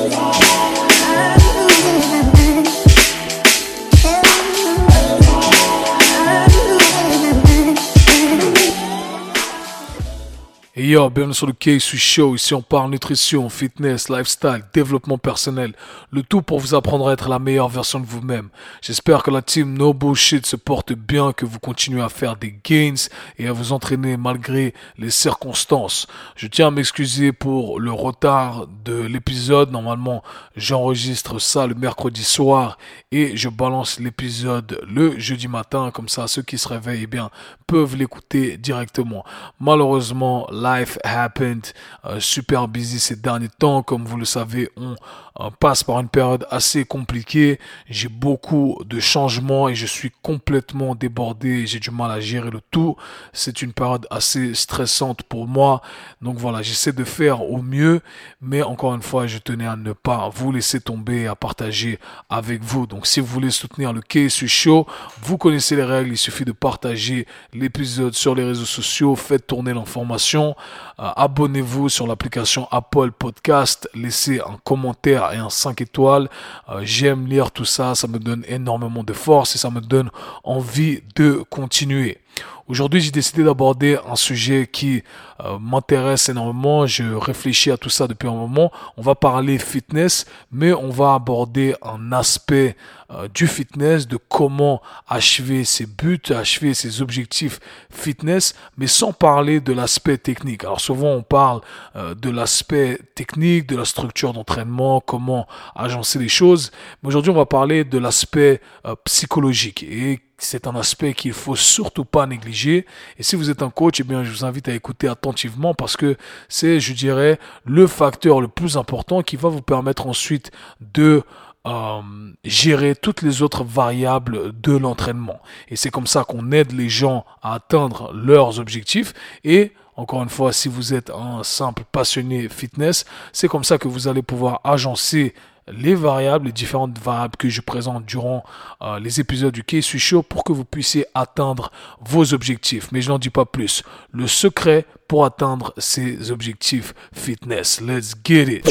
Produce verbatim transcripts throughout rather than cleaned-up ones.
Et yo, bienvenue sur le K-Sui Show. Ici, on parle nutrition, fitness, lifestyle, développement personnel. Le tout pour vous apprendre à être la meilleure version de vous-même. J'espère que la team No Bullshit se porte bien, que vous continuez à faire des gains et à vous entraîner malgré les circonstances. Je tiens à m'excuser pour le retard de l'épisode. Normalement, j'enregistre ça le mercredi soir et je balance l'épisode le jeudi matin. Comme ça, ceux qui se réveillent, eh bien, peuvent l'écouter directement. Malheureusement, life happened, euh, super busy ces derniers temps. Comme vous le savez, on euh, passe par une période assez compliquée. J'ai beaucoup de changements et je suis complètement débordé. J'ai du mal à gérer le tout. C'est une période assez stressante pour moi. Donc voilà, j'essaie de faire au mieux. Mais encore une fois, je tenais à ne pas vous laisser tomber, à partager avec vous. Donc si vous voulez soutenir le K-Sui Show, vous connaissez les règles. Il suffit de partager l'épisode sur les réseaux sociaux. Faites tourner l'information. Euh, abonnez-vous sur l'application Apple Podcast, laissez un commentaire et un cinq étoiles. Euh, j'aime lire tout ça, ça me donne énormément de force et ça me donne envie de continuer. Aujourd'hui, j'ai décidé d'aborder un sujet qui euh, m'intéresse énormément. Je réfléchis à tout ça depuis un moment. On va parler fitness, mais on va aborder un aspect euh, du fitness, de comment achever ses buts, achever ses objectifs fitness, mais sans parler de l'aspect technique. Alors souvent, on parle euh, de l'aspect technique, de la structure d'entraînement, comment agencer les choses. Mais aujourd'hui, on va parler de l'aspect euh, psychologique et c'est un aspect qu'il faut surtout pas négliger. Et si vous êtes un coach, eh bien, je vous invite à écouter attentivement parce que c'est, je dirais, le facteur le plus important qui va vous permettre ensuite de euh, gérer toutes les autres variables de l'entraînement. Et c'est comme ça qu'on aide les gens à atteindre leurs objectifs. Et encore une fois, si vous êtes un simple passionné fitness, c'est comme ça que vous allez pouvoir agencer les variables, les différentes variables que je présente durant euh, les épisodes du K-Sui Show pour que vous puissiez atteindre vos objectifs. Mais je n'en dis pas plus. Le secret pour atteindre ces objectifs fitness. Let's get it!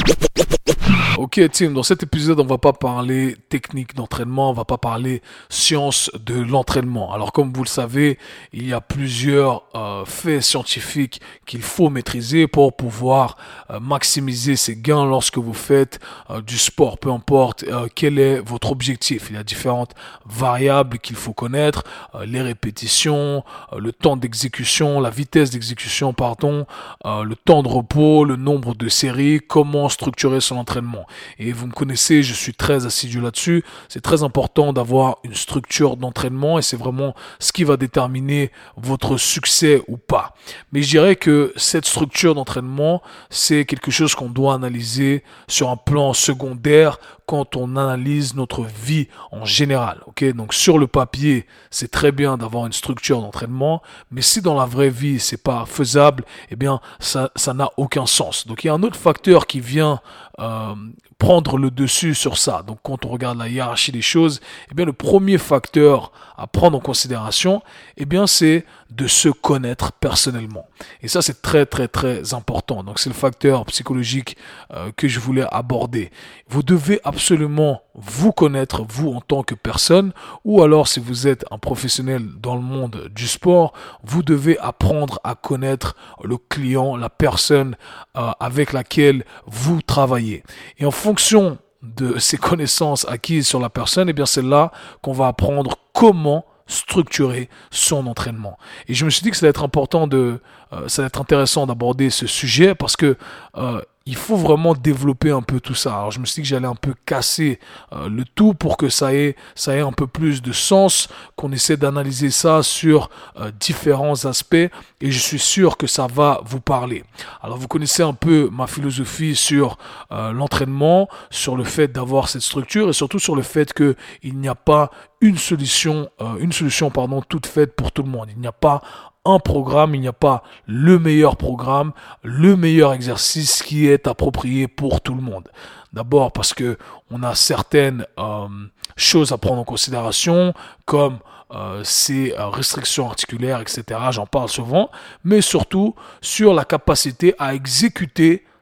Ok team, dans cet épisode, on va pas parler technique d'entraînement, on va pas parler science de l'entraînement. Alors comme vous le savez, il y a plusieurs euh, faits scientifiques qu'il faut maîtriser pour pouvoir euh, maximiser ses gains lorsque vous faites euh, du sport, peu importe euh, quel est votre objectif. Il y a différentes variables qu'il faut connaître, euh, les répétitions, euh, le temps d'exécution, la vitesse d'exécution, pardon, euh, le temps de repos, le nombre de séries, comment structurer son entraînement. Et vous me connaissez, je suis très assidu là-dessus. C'est très important d'avoir une structure d'entraînement et c'est vraiment ce qui va déterminer votre succès ou pas. Mais je dirais que cette structure d'entraînement, c'est quelque chose qu'on doit analyser sur un plan secondaire quand on analyse notre vie en général. Ok, donc sur le papier, c'est très bien d'avoir une structure d'entraînement, mais si dans la vraie vie c'est pas faisable, eh bien ça ça n'a aucun sens. Donc il y a un autre facteur qui vient euh, prendre le dessus sur ça. Donc quand on regarde la hiérarchie des choses, eh bien le premier facteur à prendre en considération, eh bien c'est de se connaître personnellement. Et ça c'est très très très important. Donc c'est le facteur psychologique euh, que je voulais aborder. Vous devez absolument vous connaître, vous en tant que personne, ou alors si vous êtes un professionnel dans le monde du sport, vous devez apprendre à connaître le client, la personne euh, avec laquelle vous travaillez. Et en fonction de ces connaissances acquises sur la personne, eh bien c'est là qu'on va apprendre comment structurer son entraînement. Et je me suis dit que ça va être important de, euh, ça va être intéressant d'aborder ce sujet parce que euh, il faut vraiment développer un peu tout ça. Alors je me suis dit que j'allais un peu casser euh, le tout pour que ça ait, ça ait un peu plus de sens, qu'on essaie d'analyser ça sur euh, différents aspects et je suis sûr que ça va vous parler. Alors vous connaissez un peu ma philosophie sur euh, l'entraînement, sur le fait d'avoir cette structure et surtout sur le fait que il n'y a pas une solution, euh, une solution pardon, toute faite pour tout le monde. Il n'y a pas un programme, il n'y a pas le meilleur programme, le meilleur exercice qui est approprié pour tout le monde. D'abord parce que on a certaines euh, choses à prendre en considération, comme euh, ces euh, restrictions articulaires, et cetera. J'en parle souvent, mais surtout sur la capacité à exécuter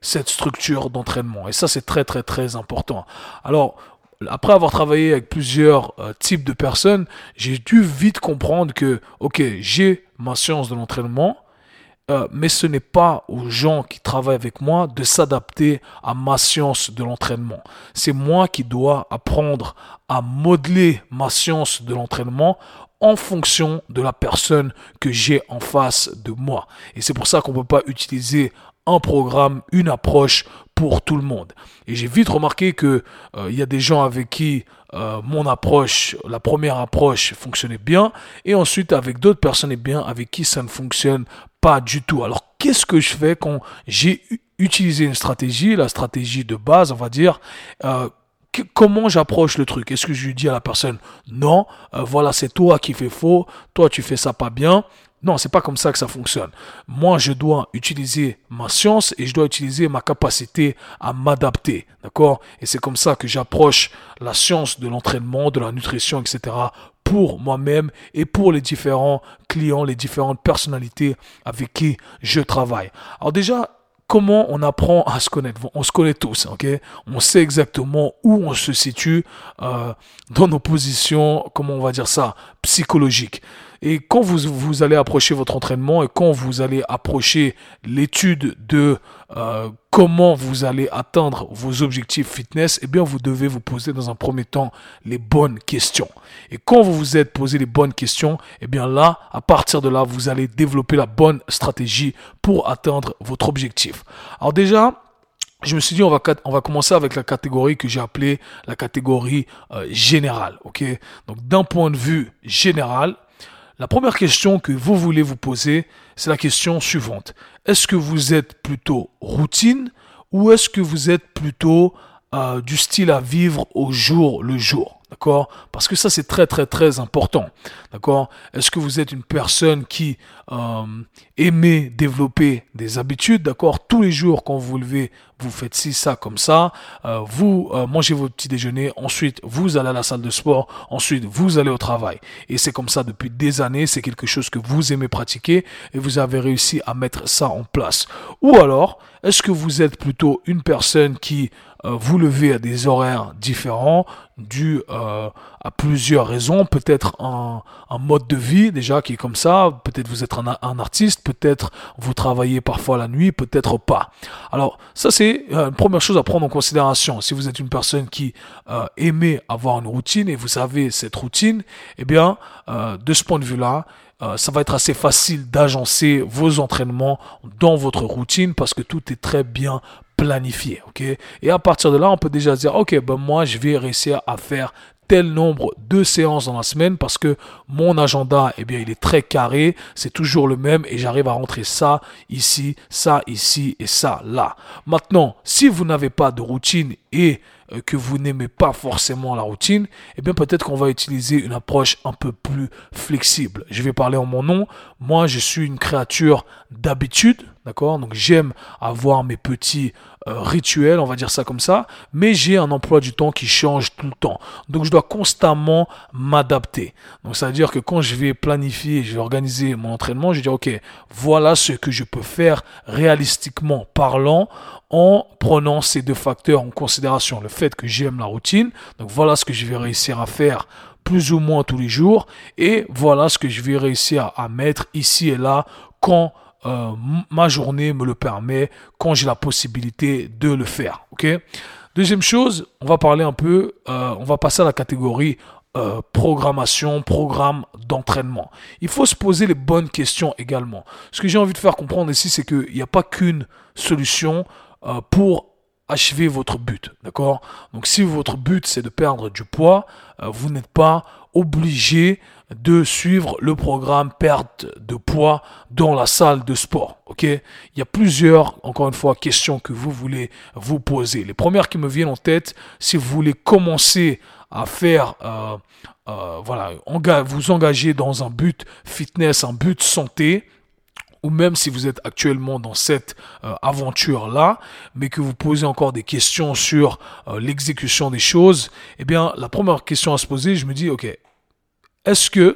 cette structure d'entraînement. Et ça, c'est très, très, très important. Alors, après avoir travaillé avec plusieurs euh, types de personnes, j'ai dû vite comprendre que, ok, j'ai ma science de l'entraînement, euh, mais ce n'est pas aux gens qui travaillent avec moi de s'adapter à ma science de l'entraînement. C'est moi qui dois apprendre à modeler ma science de l'entraînement en fonction de la personne que j'ai en face de moi. Et c'est pour ça qu'on ne peut pas utiliser un programme, une approche pour tout le monde. Et j'ai vite remarqué que euh, il y a des gens avec qui euh, mon approche, la première approche fonctionnait bien, et ensuite avec d'autres personnes, eh bien, avec qui ça ne fonctionne pas du tout. Alors qu'est-ce que je fais quand j'ai utilisé une stratégie, la stratégie de base, on va dire, euh, que- comment j'approche le truc? Est-ce que je lui dis à la personne, non, euh, voilà, c'est toi qui fais faux, toi tu fais ça pas bien? Non, c'est pas comme ça que ça fonctionne. Moi, je dois utiliser ma science et je dois utiliser ma capacité à m'adapter, d'accord? Et c'est comme ça que j'approche la science de l'entraînement, de la nutrition, et cetera pour moi-même et pour les différents clients, les différentes personnalités avec qui je travaille. Alors déjà, comment on apprend à se connaître? Bon, on se connaît tous, ok? On sait exactement où on se situe euh, dans nos positions, comment on va dire ça, psychologiques. Et quand vous, vous allez approcher votre entraînement et quand vous allez approcher l'étude de euh, comment vous allez atteindre vos objectifs fitness, eh bien, vous devez vous poser dans un premier temps les bonnes questions. Et quand vous vous êtes posé les bonnes questions, eh bien là, à partir de là, vous allez développer la bonne stratégie pour atteindre votre objectif. Alors déjà, je me suis dit, on va, on va commencer avec la catégorie que j'ai appelée la catégorie euh, générale. Ok. Donc, d'un point de vue général, la première question que vous voulez vous poser, c'est la question suivante. Est-ce que vous êtes plutôt routine ou est-ce que vous êtes plutôt euh, du style à vivre au jour le jour? D'accord? Parce que ça, c'est très, très, très important. D'accord? Est-ce que vous êtes une personne qui euh, aimait développer des habitudes? D'accord? Tous les jours, quand vous vous levez, vous faites ci, ça, comme ça. Euh, vous euh, mangez votre petit déjeuner. Ensuite, vous allez à la salle de sport. Ensuite, vous allez au travail. Et c'est comme ça depuis des années. C'est quelque chose que vous aimez pratiquer et vous avez réussi à mettre ça en place. Ou alors, est-ce que vous êtes plutôt une personne qui euh, vous levez à des horaires différents dû euh, à plusieurs raisons, peut-être un, un mode de vie déjà qui est comme ça, peut-être vous êtes un, un artiste, peut-être vous travaillez parfois la nuit, peut-être pas. Alors ça c'est euh, une première chose à prendre en considération. Si vous êtes une personne qui euh, aimait avoir une routine et vous avez cette routine, eh bien euh, de ce point de vue-là, Euh, ça va être assez facile d'agencer vos entraînements dans votre routine parce que tout est très bien planifié, ok? Et à partir de là, on peut déjà dire, ok, ben moi, je vais réussir à faire tel nombre de séances dans la semaine parce que mon agenda, eh bien, il est très carré, c'est toujours le même et j'arrive à rentrer ça ici, ça ici et ça là. Maintenant, si vous n'avez pas de routine et euh, que vous n'aimez pas forcément la routine, eh bien, peut-être qu'on va utiliser une approche un peu plus flexible. Je vais parler en mon nom. Moi, je suis une créature d'habitude, d'accord? Donc, j'aime avoir mes petits euh, rituels, on va dire ça comme ça, mais j'ai un emploi du temps qui change tout le temps. Donc, je dois constamment m'adapter. Donc, ça veut dire que quand je vais planifier, je vais organiser mon entraînement, je vais dire, OK, voilà ce que je peux faire réalistiquement parlant en prenant ces deux facteurs en considération. Le fait que j'aime la routine, donc voilà ce que je vais réussir à faire plus ou moins tous les jours et voilà ce que je vais réussir à mettre ici et là quand euh, ma journée me le permet, quand j'ai la possibilité de le faire. Ok. Deuxième chose, on va parler un peu, euh, on va passer à la catégorie euh, programmation, programme d'entraînement. Il faut se poser les bonnes questions également. Ce que j'ai envie de faire comprendre ici, c'est qu'il n'y a pas qu'une solution euh, pour achever votre but, d'accord? Donc si votre but c'est de perdre du poids, euh, vous n'êtes pas obligé de suivre le programme perte de poids dans la salle de sport, ok? Il y a plusieurs, encore une fois, questions que vous voulez vous poser. Les premières qui me viennent en tête, si vous voulez commencer à faire, euh, euh, voilà, enga- vous engager dans un but fitness, un but santé, ou même si vous êtes actuellement dans cette euh, aventure-là, mais que vous posez encore des questions sur euh, l'exécution des choses, eh bien, la première question à se poser, je me dis, ok, est-ce que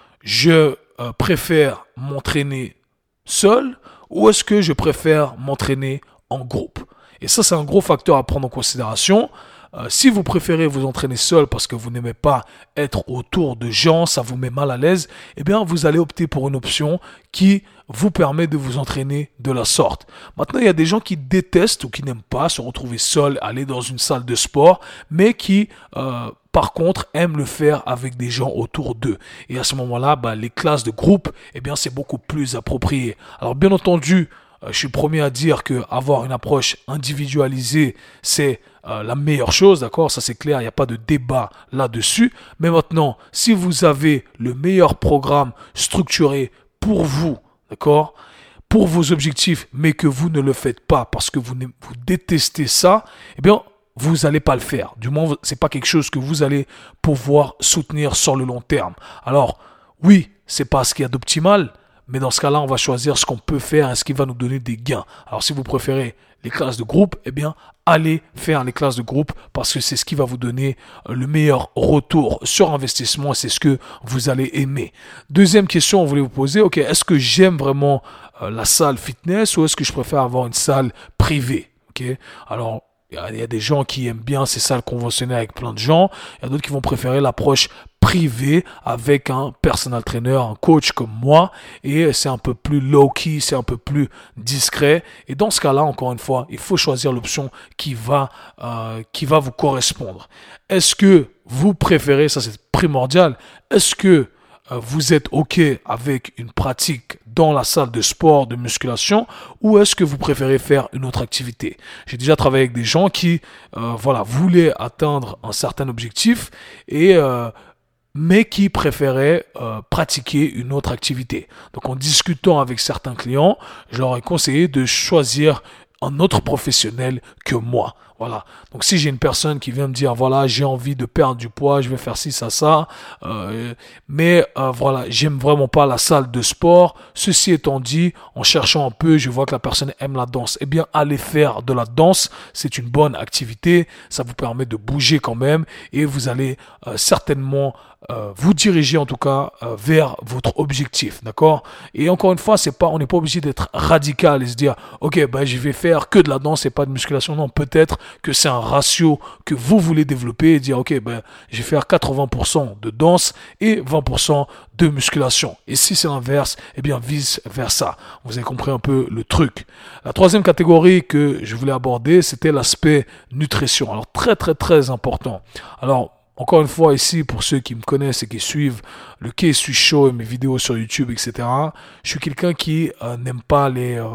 je euh, préfère m'entraîner seul ou est-ce que je préfère m'entraîner en groupe? Et ça, c'est un gros facteur à prendre en considération. Euh, si vous préférez vous entraîner seul parce que vous n'aimez pas être autour de gens, ça vous met mal à l'aise, eh bien, vous allez opter pour une option qui vous permet de vous entraîner de la sorte. Maintenant, il y a des gens qui détestent ou qui n'aiment pas se retrouver seul, aller dans une salle de sport, mais qui, euh, par contre, aiment le faire avec des gens autour d'eux. Et à ce moment-là, bah, les classes de groupe, eh bien, c'est beaucoup plus approprié. Alors, bien entendu, je suis le premier à dire que avoir une approche individualisée, c'est euh, la meilleure chose, d'accord? Ça c'est clair, il n'y a pas de débat là-dessus. Mais maintenant, si vous avez le meilleur programme structuré pour vous, d'accord? Pour vos objectifs, mais que vous ne le faites pas parce que vous, vous détestez ça, eh bien, vous n'allez pas le faire. Du moins, c'est pas quelque chose que vous allez pouvoir soutenir sur le long terme. Alors, oui, c'est pas ce qu'il y a d'optimal, mais dans ce cas-là, on va choisir ce qu'on peut faire et ce qui va nous donner des gains. Alors, si vous préférez les classes de groupe, eh bien, allez faire les classes de groupe parce que c'est ce qui va vous donner le meilleur retour sur investissement et c'est ce que vous allez aimer. Deuxième question, on voulait vous poser, ok, est-ce que j'aime vraiment euh, la salle fitness ou est-ce que je préfère avoir une salle privée? Ok, alors, il y a des gens qui aiment bien ces salles conventionnelles avec plein de gens. Il y a d'autres qui vont préférer l'approche privée avec un personal trainer, un coach comme moi. Et c'est un peu plus low-key, c'est un peu plus discret. Et dans ce cas-là, encore une fois, il faut choisir l'option qui va, euh, qui va vous correspondre. Est-ce que vous préférez, ça c'est primordial, est-ce que vous êtes OK avec une pratique dans la salle de sport, de musculation, ou est-ce que vous préférez faire une autre activité? J'ai déjà travaillé avec des gens qui euh, voilà, voulaient atteindre un certain objectif, et, euh, mais qui préféraient euh, pratiquer une autre activité. Donc en discutant avec certains clients, je leur ai conseillé de choisir un autre professionnel que moi. Voilà. Donc si j'ai une personne qui vient me dire voilà, j'ai envie de perdre du poids, je vais faire ci, ça, ça, euh, mais euh, voilà, j'aime vraiment pas la salle de sport. Ceci étant dit, en cherchant un peu, je vois que la personne aime la danse. Eh bien, allez faire de la danse, c'est une bonne activité, ça vous permet de bouger quand même et vous allez euh, certainement euh, vous diriger en tout cas euh, vers votre objectif, d'accord? Et encore une fois, c'est pas, on n'est pas obligé d'être radical et se dire ok, ben je vais faire que de la danse et pas de musculation. Non, peut-être que c'est un ratio que vous voulez développer et dire ok, ben je vais faire quatre-vingts pour cent de danse et vingt pour cent de musculation. Et si c'est l'inverse, eh bien vice versa. Vous avez compris un peu le truc. La troisième catégorie que je voulais aborder, c'était l'aspect nutrition. Alors très très très important. Alors encore une fois ici, pour ceux qui me connaissent et qui suivent le K-Sui Show et mes vidéos sur YouTube, et cetera, je suis quelqu'un qui euh, n'aime pas les... Euh,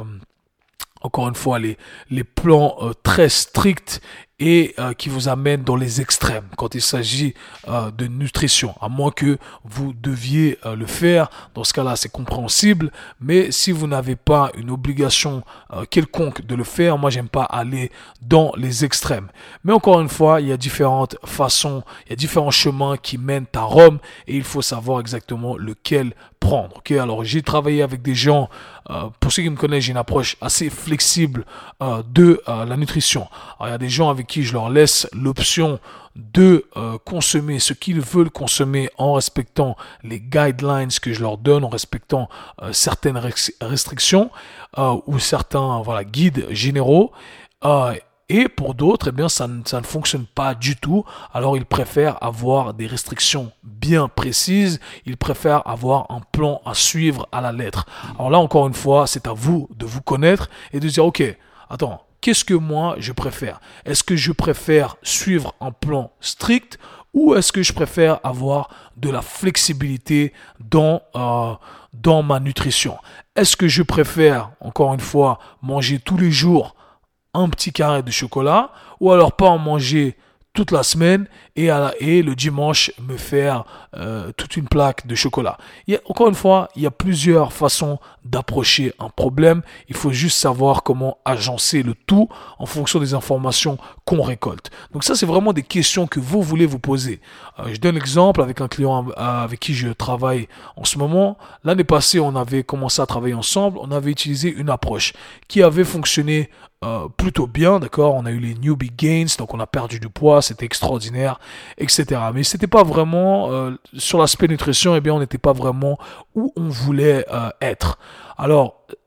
encore une fois, les, les plans euh, très stricts et euh, qui vous amènent dans les extrêmes quand il s'agit euh, de nutrition, à moins que vous deviez euh, le faire. Dans ce cas-là, c'est compréhensible, mais si vous n'avez pas une obligation euh, quelconque de le faire, moi, j'aime pas aller dans les extrêmes. Mais encore une fois, il y a différentes façons, il y a différents chemins qui mènent à Rome et il faut savoir exactement lequel prendre. Ok, alors j'ai travaillé avec des gens, euh, pour ceux qui me connaissent, j'ai une approche assez flexible euh, de euh, la nutrition. Alors, il y a des gens avec qui je leur laisse l'option de euh, consommer ce qu'ils veulent consommer en respectant les guidelines que je leur donne, en respectant euh, certaines restrictions euh, ou certains voilà, guides généraux. Euh, Et pour d'autres, eh bien, ça ne, ça ne fonctionne pas du tout. Alors, ils préfèrent avoir des restrictions bien précises. Ils préfèrent avoir un plan à suivre à la lettre. Alors là, encore une fois, c'est à vous de vous connaître et de dire, OK, attends, qu'est-ce que moi, je préfère? Est-ce que je préfère suivre un plan strict ou est-ce que je préfère avoir de la flexibilité dans, euh, dans ma nutrition? Est-ce que je préfère, encore une fois, manger tous les jours un petit carré de chocolat ou alors pas en manger toute la semaine et, à la, et le dimanche me faire euh, toute une plaque de chocolat. Il y a, encore une fois, il y a plusieurs façons d'approcher un problème. Il faut juste savoir comment agencer le tout en fonction des informations qu'on récolte. Donc ça, c'est vraiment des questions que vous voulez vous poser. Euh, je donne l'exemple avec un client avec qui je travaille en ce moment. L'année passée, on avait commencé à travailler ensemble. On avait utilisé une approche qui avait fonctionné Euh, plutôt bien, d'accord. On a eu les newbie gains, donc on a perdu du poids, c'était extraordinaire, et cetera. Mais c'était pas vraiment euh, sur l'aspect nutrition, eh bien on n'était pas vraiment où on voulait euh, être. Alors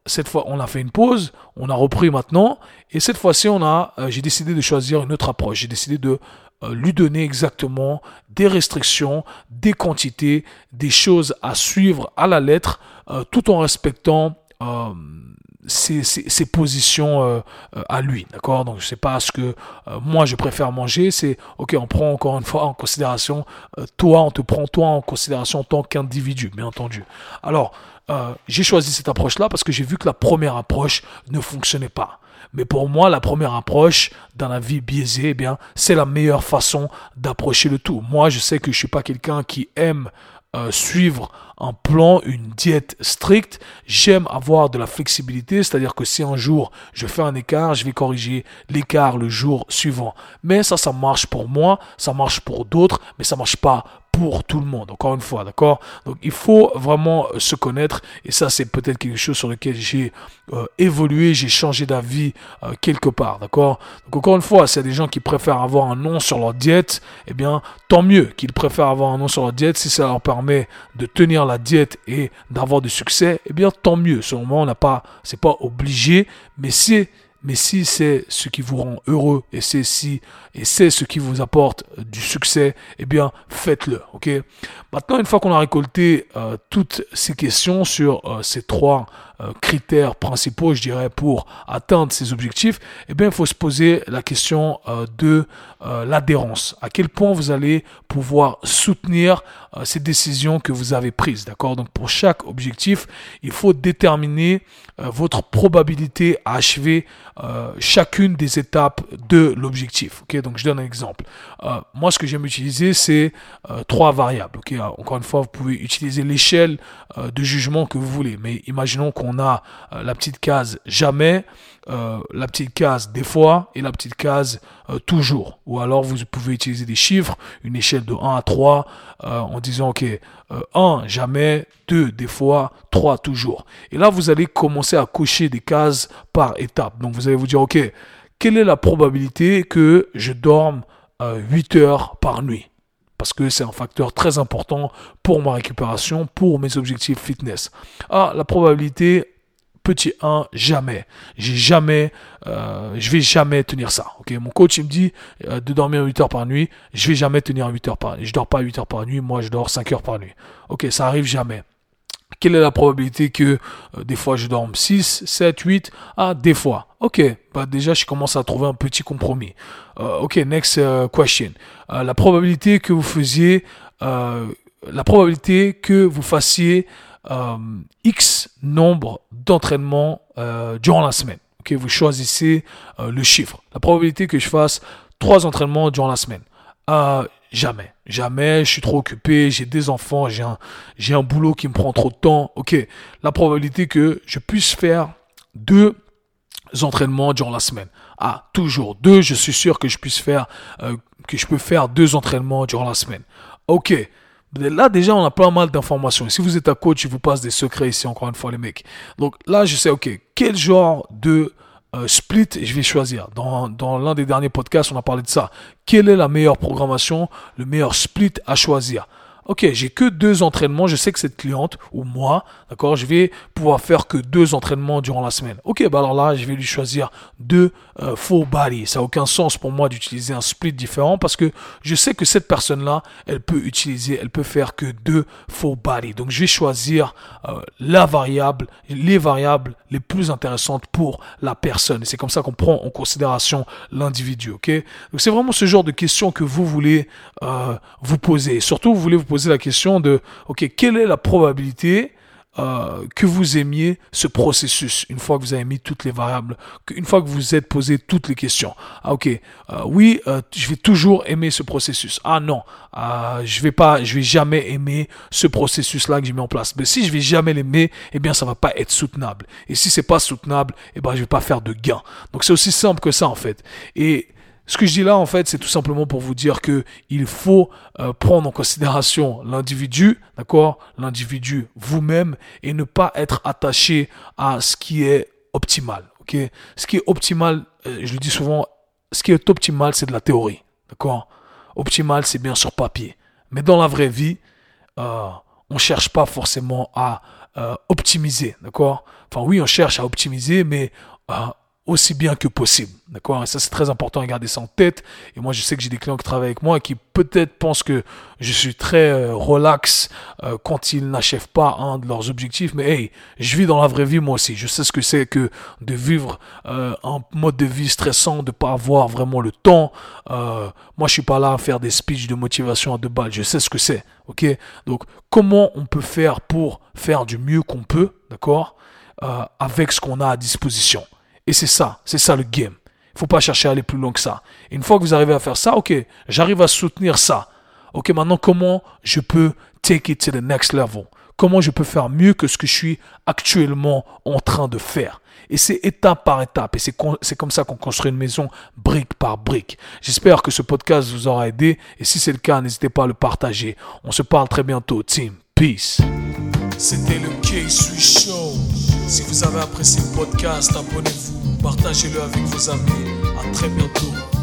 cette fois, on a fait une pause, on a repris maintenant, et cette fois-ci, on a, euh, j'ai décidé de choisir une autre approche. J'ai décidé de euh, lui donner exactement des restrictions, des quantités, des choses à suivre à la lettre, euh, tout en respectant euh, ses, ses, ses positions euh, euh, à lui, d'accord? Donc, c'est pas ce que euh, moi je préfère manger, c'est, ok, on prend encore une fois en considération euh, toi, on te prend toi en considération en tant qu'individu, bien entendu. Alors, euh, j'ai choisi cette approche-là parce que j'ai vu que la première approche ne fonctionnait pas. Mais pour moi, la première approche dans la vie biaisée, eh bien, c'est la meilleure façon d'approcher le tout. Moi, je sais que je suis pas quelqu'un qui aime euh, suivre un plan, une diète stricte. J'aime avoir de la flexibilité, c'est-à-dire que si un jour je fais un écart, je vais corriger l'écart le jour suivant. Mais ça, ça marche pour moi, ça marche pour d'autres, mais ça marche pas pour tout le monde, encore une fois, d'accord? Donc, il faut vraiment se connaître, et ça, c'est peut-être quelque chose sur lequel j'ai euh, évolué, j'ai changé d'avis euh, quelque part, d'accord? Donc, encore une fois, s'il y a des gens qui préfèrent avoir un nom sur leur diète, eh bien, tant mieux qu'ils préfèrent avoir un nom sur leur diète. Si ça leur permet de tenir la diète et d'avoir du succès, eh bien, tant mieux. Selon moi, on n'a pas, c'est pas obligé, mais c'est Mais si c'est ce qui vous rend heureux et c'est si et c'est ce qui vous apporte du succès, eh bien faites-le, ok? Maintenant, une fois qu'on a récolté euh, toutes ces questions sur euh, ces trois euh, critères principaux, je dirais, pour atteindre ces objectifs, eh bien il faut se poser la question euh, de euh, l'adhérence. À quel point vous allez pouvoir soutenir euh, ces décisions que vous avez prises, d'accord? Donc pour chaque objectif, il faut déterminer euh, votre probabilité à achever euh, chacune des étapes de l'objectif, ok? Donc je donne un exemple. Euh, moi, ce que j'aime utiliser, c'est euh, trois variables, ok? Alors, encore une fois, vous pouvez utiliser l'échelle euh, de jugement que vous voulez, mais imaginons qu'on a euh, la petite case jamais, euh, la petite case des fois et la petite case euh, toujours. Ou alors vous pouvez utiliser des chiffres, une échelle de un à trois, euh, en disant ok, euh, un jamais, deux des fois, trois toujours. Et là vous allez commencer à cocher des cases par étape. Donc vous allez vous dire ok, quelle est la probabilité que je dorme euh, huit heures par nuit? Parce que c'est un facteur très important pour ma récupération, pour mes objectifs fitness. Ah, la probabilité, petit un, jamais. J'ai jamais, euh, je vais jamais tenir ça. Ok, mon coach il me dit euh, de dormir huit heures par nuit. Je vais jamais tenir huit heures par nuit. Je dors pas huit heures par nuit. Moi, je dors cinq heures par nuit. Ok, ça arrive jamais. Quelle est la probabilité que euh, des fois je dorme six, sept, huit? Ah, des fois. Ok, bah déjà je commence à trouver un petit compromis. Euh, ok, next uh, question. Euh, la probabilité que vous faisiez, euh, la probabilité que vous fassiez euh, X nombre d'entraînements euh, durant la semaine. Ok, vous choisissez euh, le chiffre. La probabilité que je fasse trois entraînements durant la semaine. Euh, jamais, jamais, je suis trop occupé, j'ai des enfants, j'ai un, j'ai un boulot qui me prend trop de temps. Ok, la probabilité que je puisse faire deux entraînements durant la semaine. Ah, toujours deux, je suis sûr que je puisse faire, euh, que je peux faire deux entraînements durant la semaine. Ok. Là, déjà, on a pas mal d'informations. Et si vous êtes un coach, je vous passe des secrets ici, encore une fois, les mecs. Donc là, je sais, ok, quel genre de euh, split je vais choisir. Dans, dans l'un des derniers podcasts, on a parlé de ça. Quelle est la meilleure programmation, le meilleur split à choisir? Ok, j'ai que deux entraînements. Je sais que cette cliente ou moi, d'accord, je vais pouvoir faire que deux entraînements durant la semaine. Ok, bah alors là, je vais lui choisir deux euh, full body. Ça n'a aucun sens pour moi d'utiliser un split différent parce que je sais que cette personne-là, elle peut utiliser, elle peut faire que deux full body. Donc, je vais choisir euh, la variable, les variables les plus intéressantes pour la personne. Et c'est comme ça qu'on prend en considération l'individu. Ok, donc c'est vraiment ce genre de questions que vous voulez euh, vous poser. Et surtout, vous voulez vous poser la question de, ok, quelle est la probabilité euh, que vous aimiez ce processus une fois que vous avez mis toutes les variables, une fois que vous êtes posé toutes les questions. Ah ok, euh, oui, euh, je vais toujours aimer ce processus. Ah non, euh, je vais pas, je vais jamais aimer ce processus-là que j'ai mis en place. Mais si je vais jamais l'aimer, eh bien ça va pas être soutenable. Et si c'est pas soutenable, eh ben je vais pas faire de gain. Donc c'est aussi simple que ça en fait. Et ce que je dis là, en fait, c'est tout simplement pour vous dire que il faut euh, prendre en considération l'individu, d'accord, l'individu vous-même, et ne pas être attaché à ce qui est optimal, ok. Ce qui est optimal, euh, je le dis souvent, ce qui est optimal, c'est de la théorie, d'accord. Optimal, c'est bien sur papier, mais dans la vraie vie, euh, on cherche pas forcément à euh, optimiser, d'accord? Enfin oui, on cherche à optimiser, mais euh, aussi bien que possible, d'accord? Et ça, c'est très important à garder ça en tête. Et moi, je sais que j'ai des clients qui travaillent avec moi et qui peut-être pensent que je suis très euh, relax euh, quand ils n'achèvent pas un de leurs objectifs. Mais hey, je vis dans la vraie vie moi aussi. Je sais ce que c'est que de vivre euh, un mode de vie stressant, de pas avoir vraiment le temps. Euh, moi, je suis pas là à faire des speeches de motivation à deux balles. Je sais ce que c'est, ok? Donc, comment on peut faire pour faire du mieux qu'on peut, d'accord? Euh, avec ce qu'on a à disposition. Et c'est ça, c'est ça le game. Il faut pas chercher à aller plus loin que ça. Et une fois que vous arrivez à faire ça, ok, j'arrive à soutenir ça. Ok, maintenant comment je peux take it to the next level? Comment je peux faire mieux que ce que je suis actuellement en train de faire? Et c'est étape par étape. Et c'est, con- c'est comme ça qu'on construit une maison brique par brique. J'espère que ce podcast vous aura aidé. Et si c'est le cas, n'hésitez pas à le partager. On se parle très bientôt, team. Peace. C'était le K-Swiss Show. Si vous avez apprécié le podcast, abonnez-vous, partagez-le avec vos amis. À très bientôt.